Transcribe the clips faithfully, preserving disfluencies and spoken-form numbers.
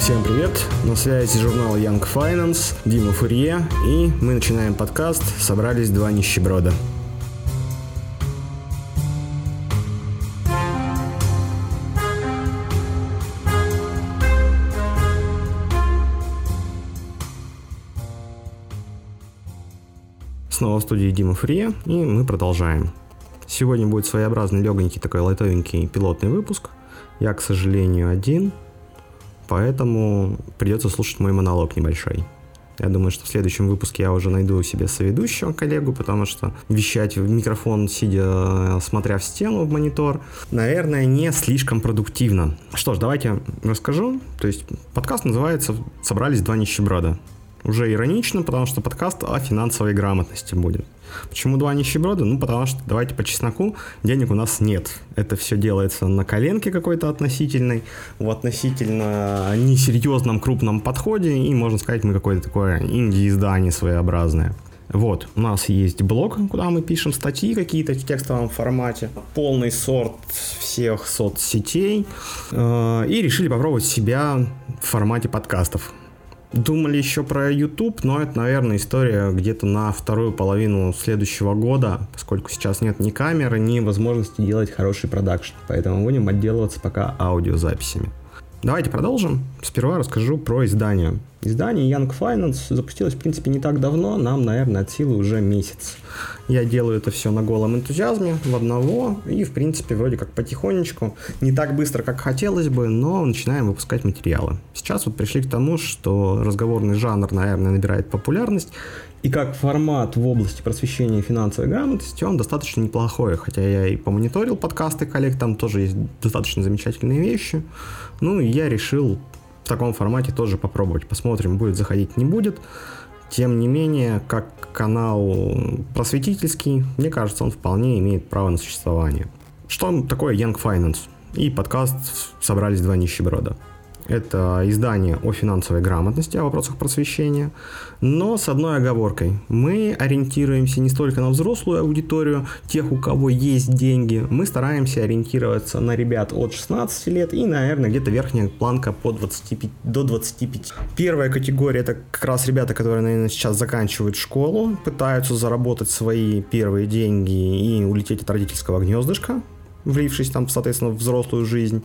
Всем привет, на связи журнал Young Finance, Дима Фурье, и мы начинаем подкаст «Собрались два нищеброда». Снова в студии Дима Фурье, и мы продолжаем. Сегодня будет своеобразный, легонький, такой лайтовенький пилотный выпуск. Я, к сожалению, один, поэтому придется слушать мой монолог небольшой. Я думаю, что в следующем выпуске я уже найду себе соведущего коллегу, потому что вещать в микрофон, сидя, смотря в стену, в монитор, наверное, не слишком продуктивно. Что ж, давайте расскажу. То есть подкаст называется «Собрались два нищеброда». Уже иронично, потому что подкаст о финансовой грамотности будет. Почему два нищеброда? Ну, потому что, давайте по чесноку, денег у нас нет. Это все делается на коленке какой-то относительной, в относительно несерьезном крупном подходе, и, можно сказать, мы какое-то такое инди-издание своеобразное. Вот, у нас есть блог, куда мы пишем статьи какие-то в текстовом формате, полный сорт всех соцсетей, и решили попробовать себя в формате подкастов. Думали еще про YouTube, но это, наверное, история где-то на вторую половину следующего года, поскольку сейчас нет ни камеры, ни возможности делать хороший продакшн, поэтому будем отделываться пока аудиозаписями. Давайте продолжим. Сперва расскажу про издание. Издание Young Finance запустилось, в принципе, не так давно, нам, наверное, от силы уже месяц. Я делаю это все на голом энтузиазме, в одного, и, в принципе, вроде как потихонечку, не так быстро, как хотелось бы, но начинаем выпускать материалы. Сейчас вот пришли к тому, что разговорный жанр, наверное, набирает популярность, и как формат в области просвещения финансовой грамотности он достаточно неплохой, хотя я и помониторил подкасты коллег, там тоже есть достаточно замечательные вещи. Ну и я решил в таком формате тоже попробовать. Посмотрим, будет заходить, не будет. Тем не менее, как канал просветительский, мне кажется, он вполне имеет право на существование. Что такое Young Finance? И подкаст «Собрались два нищеброда». Это издание о финансовой грамотности, о вопросах просвещения, но с одной оговоркой. Мы ориентируемся не столько на взрослую аудиторию, тех, у кого есть деньги. Мы стараемся ориентироваться на ребят от шестнадцати лет и, наверное, где-то верхняя планка по двадцати пяти, до двадцати пяти. Первая категория – это как раз ребята, которые, наверное, сейчас заканчивают школу, пытаются заработать свои первые деньги и улететь от родительского гнездышка, влившись там, соответственно, в взрослую жизнь.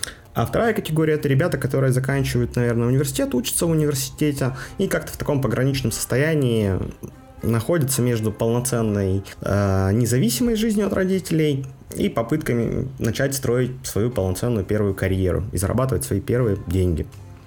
А вторая категория – это ребята, которые заканчивают, наверное, университет, учатся в университете и как-то в таком пограничном состоянии находятся между полноценной э, независимой жизнью от родителей и попытками начать строить свою полноценную первую карьеру и зарабатывать свои первые деньги.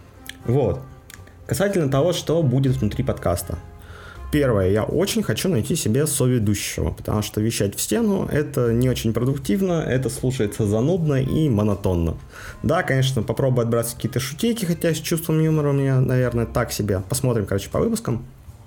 Вот. Касательно того, что будет внутри подкаста. Первое, я очень хочу найти себе соведущего, потому что вещать в стену – это не очень продуктивно, это слушается занудно и монотонно. Да, конечно, попробую отбрасывать какие-то шутейки, хотя с чувством юмора у меня, наверное, так себе. Посмотрим, короче, по выпускам.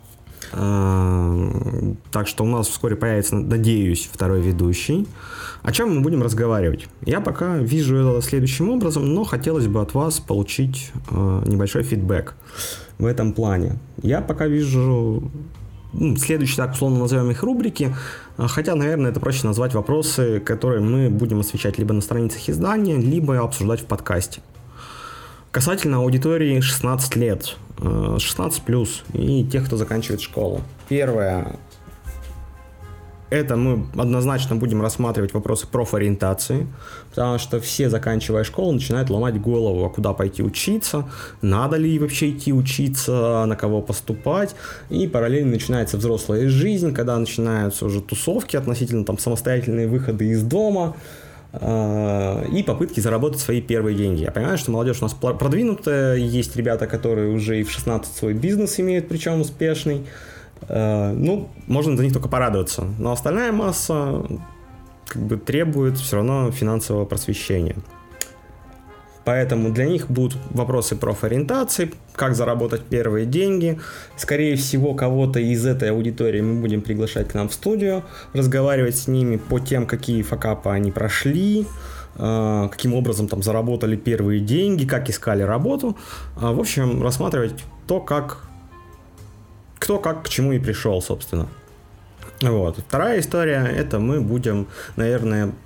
Так что у нас вскоре появится, надеюсь, второй ведущий. О чем мы будем разговаривать? Я пока вижу это следующим образом, но хотелось бы от вас получить небольшой фидбэк в этом плане. Я пока вижу ну, следующие, так условно назовем их, рубрики, хотя, наверное, это проще назвать вопросы, которые мы будем освещать либо на страницах издания, либо обсуждать в подкасте. Касательно аудитории шестнадцать лет, шестнадцать плюс и тех, кто заканчивает школу. Первое. Это мы однозначно будем рассматривать вопросы профориентации, потому что все, заканчивая школу, начинают ломать голову, а куда пойти учиться, надо ли вообще идти учиться, на кого поступать, и параллельно начинается взрослая жизнь, когда начинаются уже тусовки относительно там самостоятельные выходы из дома, и попытки заработать свои первые деньги. Я понимаю, что молодежь у нас продвинутая, есть ребята, которые уже и в шестнадцать свой бизнес имеют, причем успешный. Ну, можно за них только порадоваться. Но остальная масса как бы требует все равно финансового просвещения. Поэтому для них будут вопросы профориентации, как заработать первые деньги. Скорее всего, кого-то из этой аудитории мы будем приглашать к нам в студию, разговаривать с ними по тем, какие факапы они прошли, каким образом там заработали первые деньги, как искали работу. В общем, рассматривать то, как кто как к чему и пришел, собственно. Вот. Вторая история, это мы будем, наверное,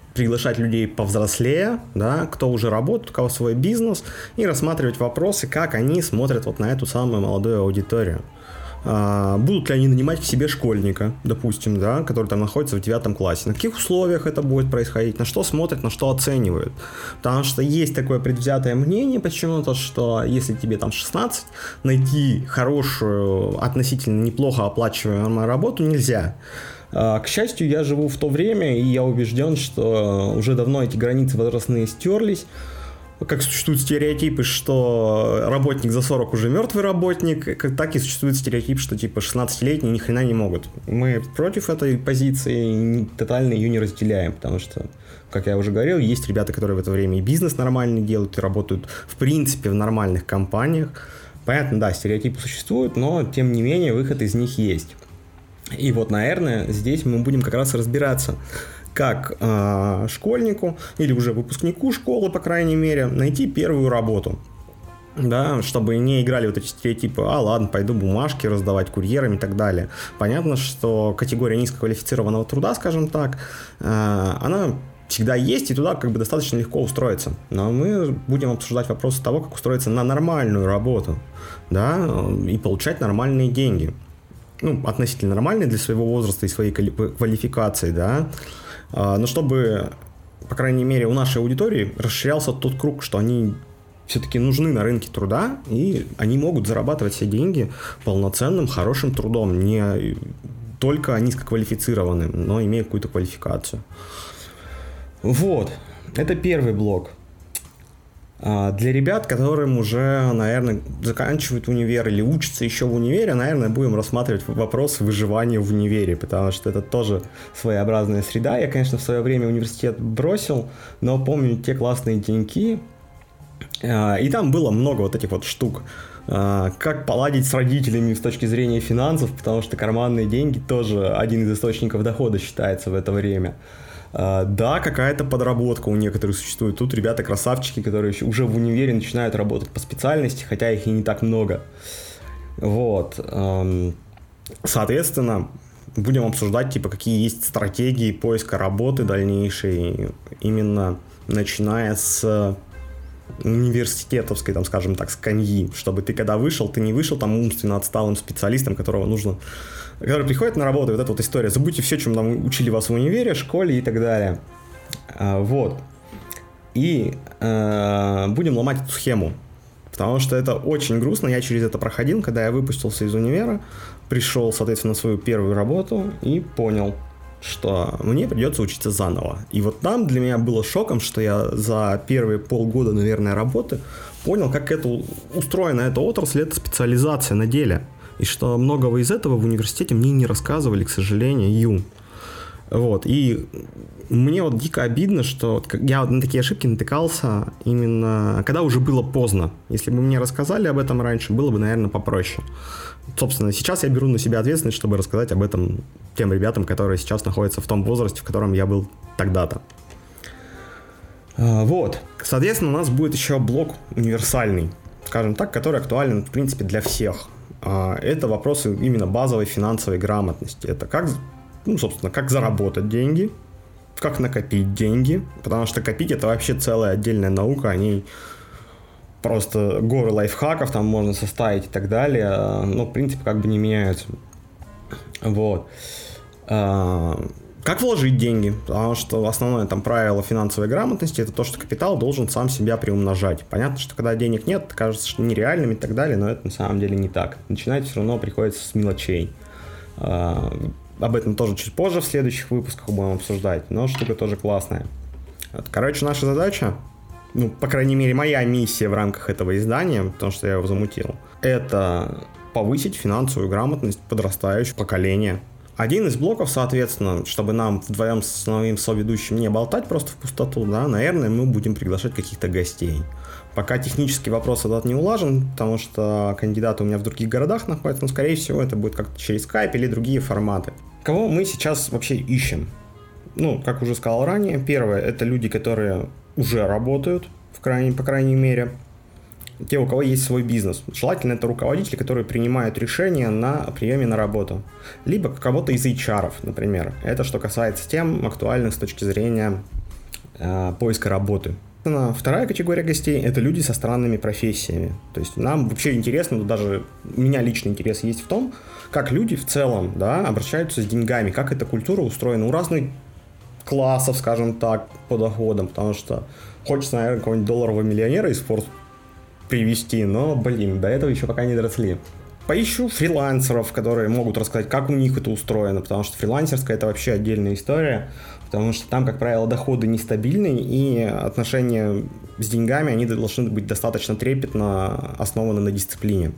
приглашать людей повзрослее, да, кто уже работает, у кого свой бизнес, и рассматривать вопросы, как они смотрят вот на эту самую молодую аудиторию. А, будут ли они нанимать к себе школьника, допустим, да, который там находится в девятом классе, на каких условиях это будет происходить, на что смотрят, на что оценивают. Потому что есть такое предвзятое мнение почему-то, что если тебе там шестнадцать, найти хорошую, относительно неплохо оплачиваемую работу нельзя. К счастью, я живу в то время, и я убежден, что уже давно эти границы возрастные стерлись. Как существуют стереотипы, что работник за сорок уже мертвый работник, так и существует стереотип, что типа шестнадцатилетние ни хрена не могут. Мы против этой позиции, тотально ее не разделяем, потому что, как я уже говорил, есть ребята, которые в это время и бизнес нормальный делают, и работают в принципе в нормальных компаниях. Понятно, да, стереотипы существуют, но тем не менее выход из них есть. И вот, наверное, здесь мы будем как раз разбираться, как э, школьнику или уже выпускнику школы, по крайней мере, найти первую работу. Да, чтобы не играли вот эти стереотипы, а ладно, пойду бумажки раздавать курьерам и так далее. Понятно, что категория низкоквалифицированного труда, скажем так, э, она всегда есть, и туда как бы достаточно легко устроиться. Но мы будем обсуждать вопросы того, как устроиться на нормальную работу, да, и получать нормальные деньги. Ну, относительно нормальные для своего возраста и своей квалификации, да. Но чтобы, по крайней мере, у нашей аудитории расширялся тот круг, что они все-таки нужны на рынке труда, и они могут зарабатывать все деньги полноценным, хорошим трудом, не только низкоквалифицированным, но имея какую-то квалификацию. Вот, это первый блок. Для ребят, которым уже, наверное, заканчивают универ или учатся еще в универе, наверное, будем рассматривать вопрос выживания в универе, потому что это тоже своеобразная среда. Я, конечно, в свое время университет бросил, но помню те классные деньки, и там было много вот этих вот штук. Как поладить с родителями с точки зрения финансов, потому что карманные деньги тоже один из источников дохода считается в это время. Uh, да, какая-то подработка у некоторых существует. Тут ребята красавчики, которые уже в универе начинают работать по специальности, хотя их и не так много. Вот. Um, соответственно, будем обсуждать, типа, какие есть стратегии поиска работы дальнейшей, именно начиная с университетовской, там, скажем так, с коньи, чтобы ты, когда вышел, ты не вышел там умственно отсталым специалистом, которого нужно, который приходит на работу, вот эта вот история, забудьте все, чем там учили вас в универе, школе и так далее. А, вот. И а, будем ломать эту схему, потому что это очень грустно, я через это проходил, когда я выпустился из универа, пришел, соответственно, на свою первую работу и понял, что мне придется учиться заново. И вот там для меня было шоком, что я за первые полгода, наверное, работы понял, как это устроена эта отрасль, эта специализация на деле. И что многого из этого в университете мне не рассказывали, к сожалению. Вот. И мне вот дико обидно, что я вот на такие ошибки натыкался именно когда уже было поздно. Если бы мне рассказали об этом раньше, было бы, наверное, попроще. Собственно, сейчас я беру на себя ответственность, чтобы рассказать об этом тем ребятам, которые сейчас находятся в том возрасте, в котором я был тогда-то. Вот. Соответственно, у нас будет еще блок универсальный, скажем так, который актуален, в принципе, для всех. Это вопросы именно базовой финансовой грамотности. Это как, ну, собственно, как заработать деньги, как накопить деньги, потому что копить — это вообще целая отдельная наука, о ней просто горы лайфхаков там можно составить и так далее, но в принципе как бы не меняются. Вот. Как вложить деньги? Потому что основное там правило финансовой грамотности — это то, что капитал должен сам себя приумножать. Понятно, что когда денег нет, кажется, что нереальным и так далее, но это на самом деле не так. Начинать все равно приходится с мелочей. Об этом тоже чуть позже в следующих выпусках будем обсуждать, но штука тоже классная. Короче, наша задача, ну, по крайней мере, моя миссия в рамках этого издания, потому что я его замутил, это повысить финансовую грамотность подрастающего поколения. Один из блоков, соответственно, чтобы нам вдвоем с новым соведущим не болтать просто в пустоту, да, наверное, мы будем приглашать каких-то гостей. Пока технический вопрос этот не улажен, потому что кандидаты у меня в других городах находятся, но, скорее всего, это будет как-то через Skype или другие форматы. Кого мы сейчас вообще ищем? Ну, как уже сказал ранее, первое — это люди, которые уже работают, в крайней, по крайней мере, те, у кого есть свой бизнес. Желательно это руководители, которые принимают решения на приеме на работу. Либо кого-то из эйч ар, например. Это что касается тем актуальных с точки зрения э, поиска работы. Вторая категория гостей – это люди со странными профессиями. То есть нам вообще интересно, даже у меня личный интерес есть в том, как люди в целом, да, обращаются с деньгами, как эта культура устроена у разных классов, скажем так, по доходам, потому что хочется, наверное, какого-нибудь долларового миллионера из Forbes привести, но, блин, до этого еще пока не доросли. Поищу фрилансеров, которые могут рассказать, как у них это устроено, потому что фрилансерская – это вообще отдельная история, потому что там, как правило, доходы нестабильные, и отношения с деньгами, они должны быть достаточно трепетно основаны на дисциплине.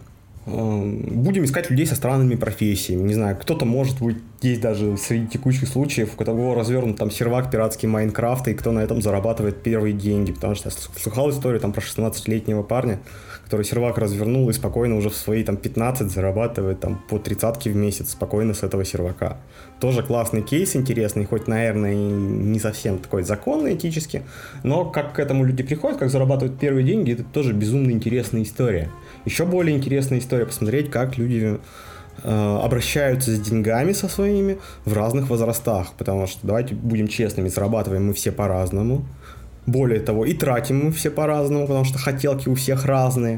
Будем искать людей со странными профессиями. Не знаю, кто-то может быть есть даже среди текущих случаев, у которого развернут там сервак пиратский Майнкрафта, и кто на этом зарабатывает первые деньги. Потому что я слыхал историю там про шестнадцатилетнего парня, который сервак развернул и спокойно уже в свои там пятнадцать зарабатывает там по тридцатке в месяц спокойно с этого сервака. Тоже классный кейс, интересный, хоть, наверное, и не совсем такой законный этически, но как к этому люди приходят, как зарабатывают первые деньги, это тоже безумно интересная история. Еще более интересная история посмотреть, как люди э, обращаются с деньгами со своими в разных возрастах, потому что, давайте будем честными, зарабатываем мы все по-разному. Более того, и тратим мы все по-разному, потому что хотелки у всех разные.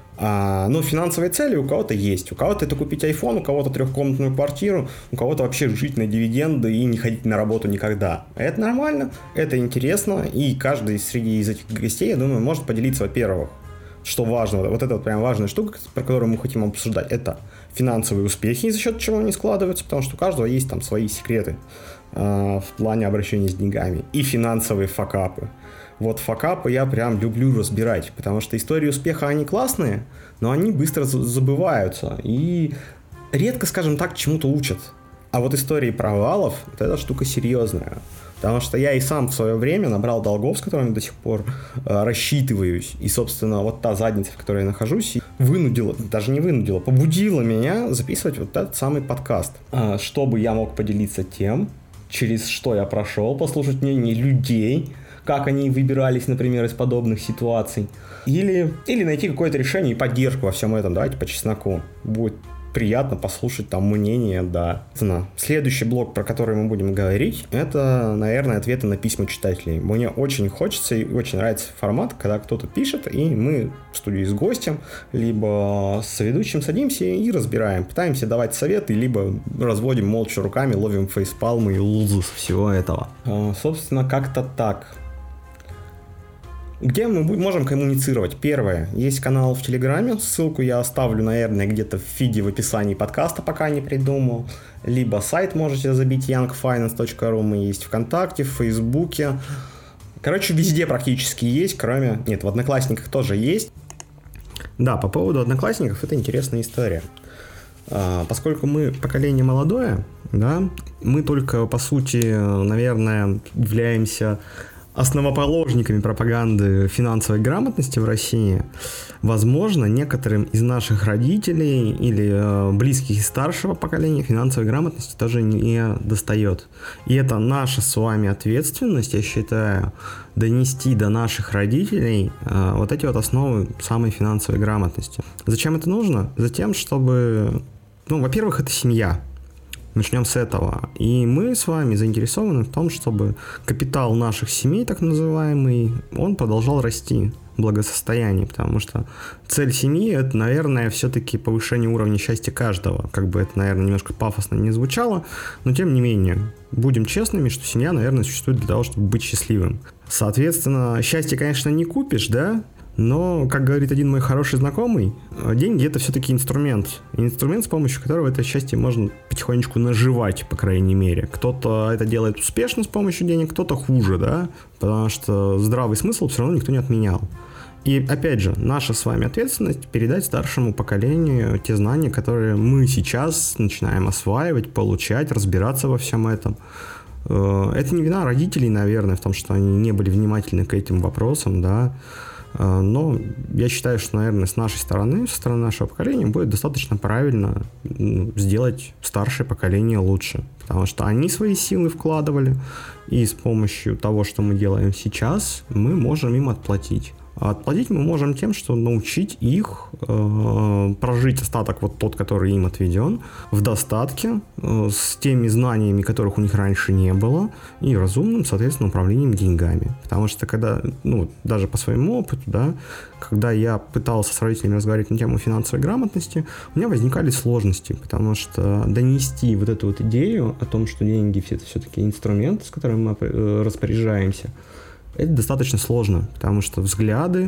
А, но финансовые цели у кого-то есть. У кого-то это купить iPhone, у кого-то трехкомнатную квартиру, у кого-то вообще жить на дивиденды и не ходить на работу никогда. Это нормально, это интересно, и каждый среди из этих гостей, я думаю, может поделиться, во-первых, что важно, вот это вот прям важная штука, про которую мы хотим обсуждать, это финансовые успехи, за счет чего они складываются, потому что у каждого есть там свои секреты э, в плане обращения с деньгами, и финансовые факапы. Вот факапы я прям люблю разбирать, потому что истории успеха, они классные, но они быстро забываются и редко, скажем так, чему-то учат. А вот истории провалов, вот эта штука серьезная. Потому что я и сам в свое время набрал долгов, с которыми до сих пор э, рассчитываюсь. И, собственно, вот та задница, в которой я нахожусь, вынудила, даже не вынудила, побудила меня записывать вот этот самый подкаст. Э, чтобы я мог поделиться тем, через что я прошел, послушать мнение людей, как они выбирались, например, из подобных ситуаций. Или, или найти какое-то решение и поддержку во всем этом. Давайте по чесноку. Будет приятно послушать там мнение, да. Следующий блок, про который мы будем говорить, это, наверное, ответы на письма читателей. Мне очень хочется и очень нравится формат, когда кто-то пишет, и мы в студии с гостем, либо с ведущим садимся и разбираем. Пытаемся давать советы, либо разводим молча руками, ловим фейспалмы и лузы со всего этого. А, собственно, как-то так. Где мы можем коммуницировать? Первое. Есть канал в Телеграме. Ссылку я оставлю, наверное, где-то в фиде в описании подкаста, пока не придумал. Либо сайт можете забить янг файнанс точка ру. Мы есть ВКонтакте, в Фейсбуке. Короче, везде практически есть, кроме... Нет, в Одноклассниках тоже есть. Да, по поводу Одноклассников это интересная история. А, поскольку мы поколение молодое, да, мы только, по сути, наверное, являемся... основоположниками пропаганды финансовой грамотности в России, возможно, некоторым из наших родителей или э, близких и старшего поколения финансовой грамотности тоже не достает. И это наша с вами ответственность, я считаю, донести до наших родителей э, вот эти вот основы самой финансовой грамотности. Зачем это нужно? Затем, чтобы, ну, во-первых, это семья. Начнем с этого. И мы с вами заинтересованы в том, чтобы капитал наших семей, так называемый, он продолжал расти, благосостояние, потому что цель семьи – это, наверное, все-таки повышение уровня счастья каждого. Как бы это, наверное, немножко пафосно не звучало, но тем не менее, будем честными, что семья, наверное, существует для того, чтобы быть счастливым. Соответственно, счастье, конечно, не купишь, да? Но, как говорит один мой хороший знакомый, деньги – это все-таки инструмент. Инструмент, с помощью которого это счастье можно потихонечку наживать, по крайней мере. Кто-то это делает успешно с помощью денег, кто-то хуже, да? Потому что здравый смысл все равно никто не отменял. И, опять же, наша с вами ответственность передать старшему поколению те знания, которые мы сейчас начинаем осваивать, получать, разбираться во всем этом. Это не вина родителей, наверное, в том, что они не были внимательны к этим вопросам, да? Но я считаю, что, наверное, с нашей стороны, со стороны нашего поколения будет достаточно правильно сделать старшее поколение лучше. Потому что они свои силы вкладывали, и с помощью того, что мы делаем сейчас, мы можем им отплатить. Отплатить мы можем тем, что научить их э, прожить остаток вот тот, который им отведен, в достатке, э, с теми знаниями, которых у них раньше не было, и разумным, соответственно, управлением деньгами. Потому что когда, ну, даже по своему опыту, да, когда я пытался с родителями разговаривать на тему финансовой грамотности, у меня возникали сложности, потому что донести вот эту вот идею о том, что деньги это все-таки инструмент, с которым мы распоряжаемся, это достаточно сложно, потому что взгляды,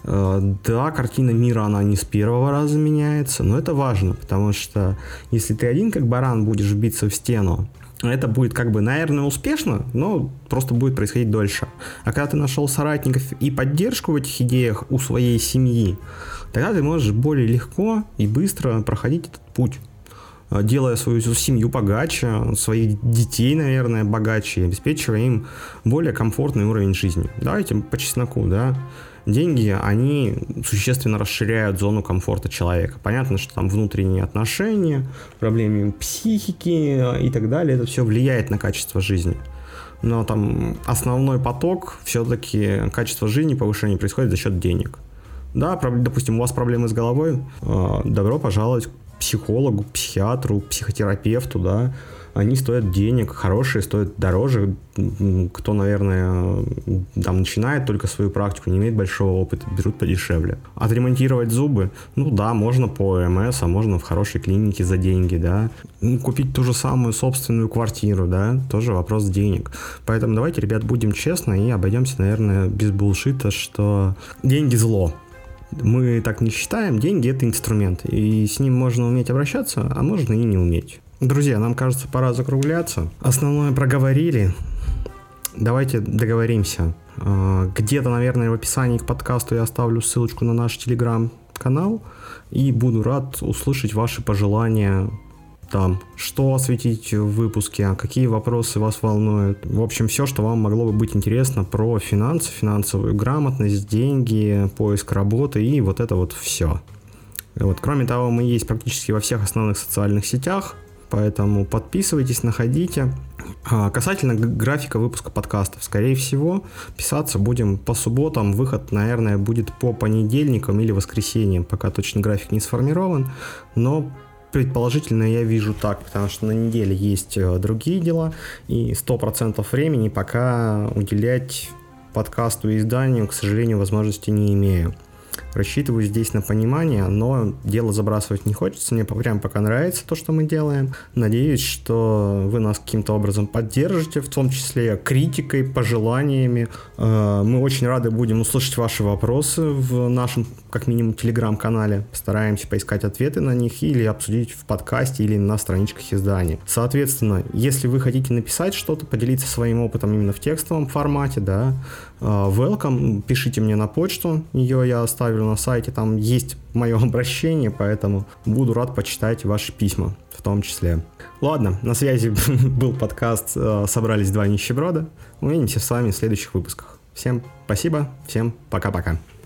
э, да, картина мира, она не с первого раза меняется, но это важно, потому что если ты один как баран будешь биться в стену, это будет как бы, наверное, успешно, но просто будет происходить дольше. А когда ты нашел соратников и поддержку в этих идеях у своей семьи, тогда ты можешь более легко и быстро проходить этот путь, делая свою семью богаче, своих детей, наверное, богаче, обеспечивая им более комфортный уровень жизни. Давайте по чесноку, да. Деньги, они существенно расширяют зону комфорта человека. Понятно, что там внутренние отношения, проблемы психики и так далее, это все влияет на качество жизни. Но там основной поток, все-таки качество жизни, повышение происходит за счет денег. Да, допустим, у вас проблемы с головой, добро пожаловать к психологу, психиатру, психотерапевту, да, они стоят денег, хорошие стоят дороже. Кто, наверное, там начинает только свою практику, не имеет большого опыта, берут подешевле. Отремонтировать зубы, ну да, можно по ЭМС, а можно в хорошей клинике за деньги, да. Купить ту же самую собственную квартиру, да, тоже вопрос денег. Поэтому давайте, ребят, будем честны и обойдемся, наверное, без булшита, что деньги зло. Мы так не считаем, деньги — это инструмент, и с ним можно уметь обращаться, а можно и не уметь. Друзья, нам кажется, пора закругляться. Основное проговорили. Давайте договоримся. Где-то, наверное, в описании к подкасту я оставлю ссылочку на наш телеграм-канал, и буду рад услышать ваши пожелания там, что осветить в выпуске, какие вопросы вас волнуют. В общем, все, что вам могло бы быть интересно про финансы, финансовую грамотность, деньги, поиск работы и вот это вот все. Вот. Кроме того, мы есть практически во всех основных социальных сетях, поэтому подписывайтесь, находите. А, касательно графика выпуска подкастов, скорее всего, писаться будем по субботам. Выход, наверное, будет по понедельникам или воскресеньям, пока точно график не сформирован, но предположительно я вижу так, потому что на неделе есть другие дела, и сто процентов времени пока уделять подкасту и изданию, к сожалению, возможности не имею. Рассчитываю здесь на понимание, но дело забрасывать не хочется, мне прям пока нравится то, что мы делаем. Надеюсь, что вы нас каким-то образом поддержите, в том числе критикой, пожеланиями. Мы очень рады будем услышать ваши вопросы в нашем, как минимум, телеграм-канале. Постараемся поискать ответы на них или обсудить в подкасте или на страничках издания. Соответственно, если вы хотите написать что-то, поделиться своим опытом именно в текстовом формате, да, welcome, пишите мне на почту, ее я оставлю на сайте, там есть мое обращение, поэтому буду рад почитать ваши письма в том числе. Ладно, на связи был подкаст «Собрались два нищеброда». Увидимся с вами в следующих выпусках. Всем спасибо, всем пока-пока.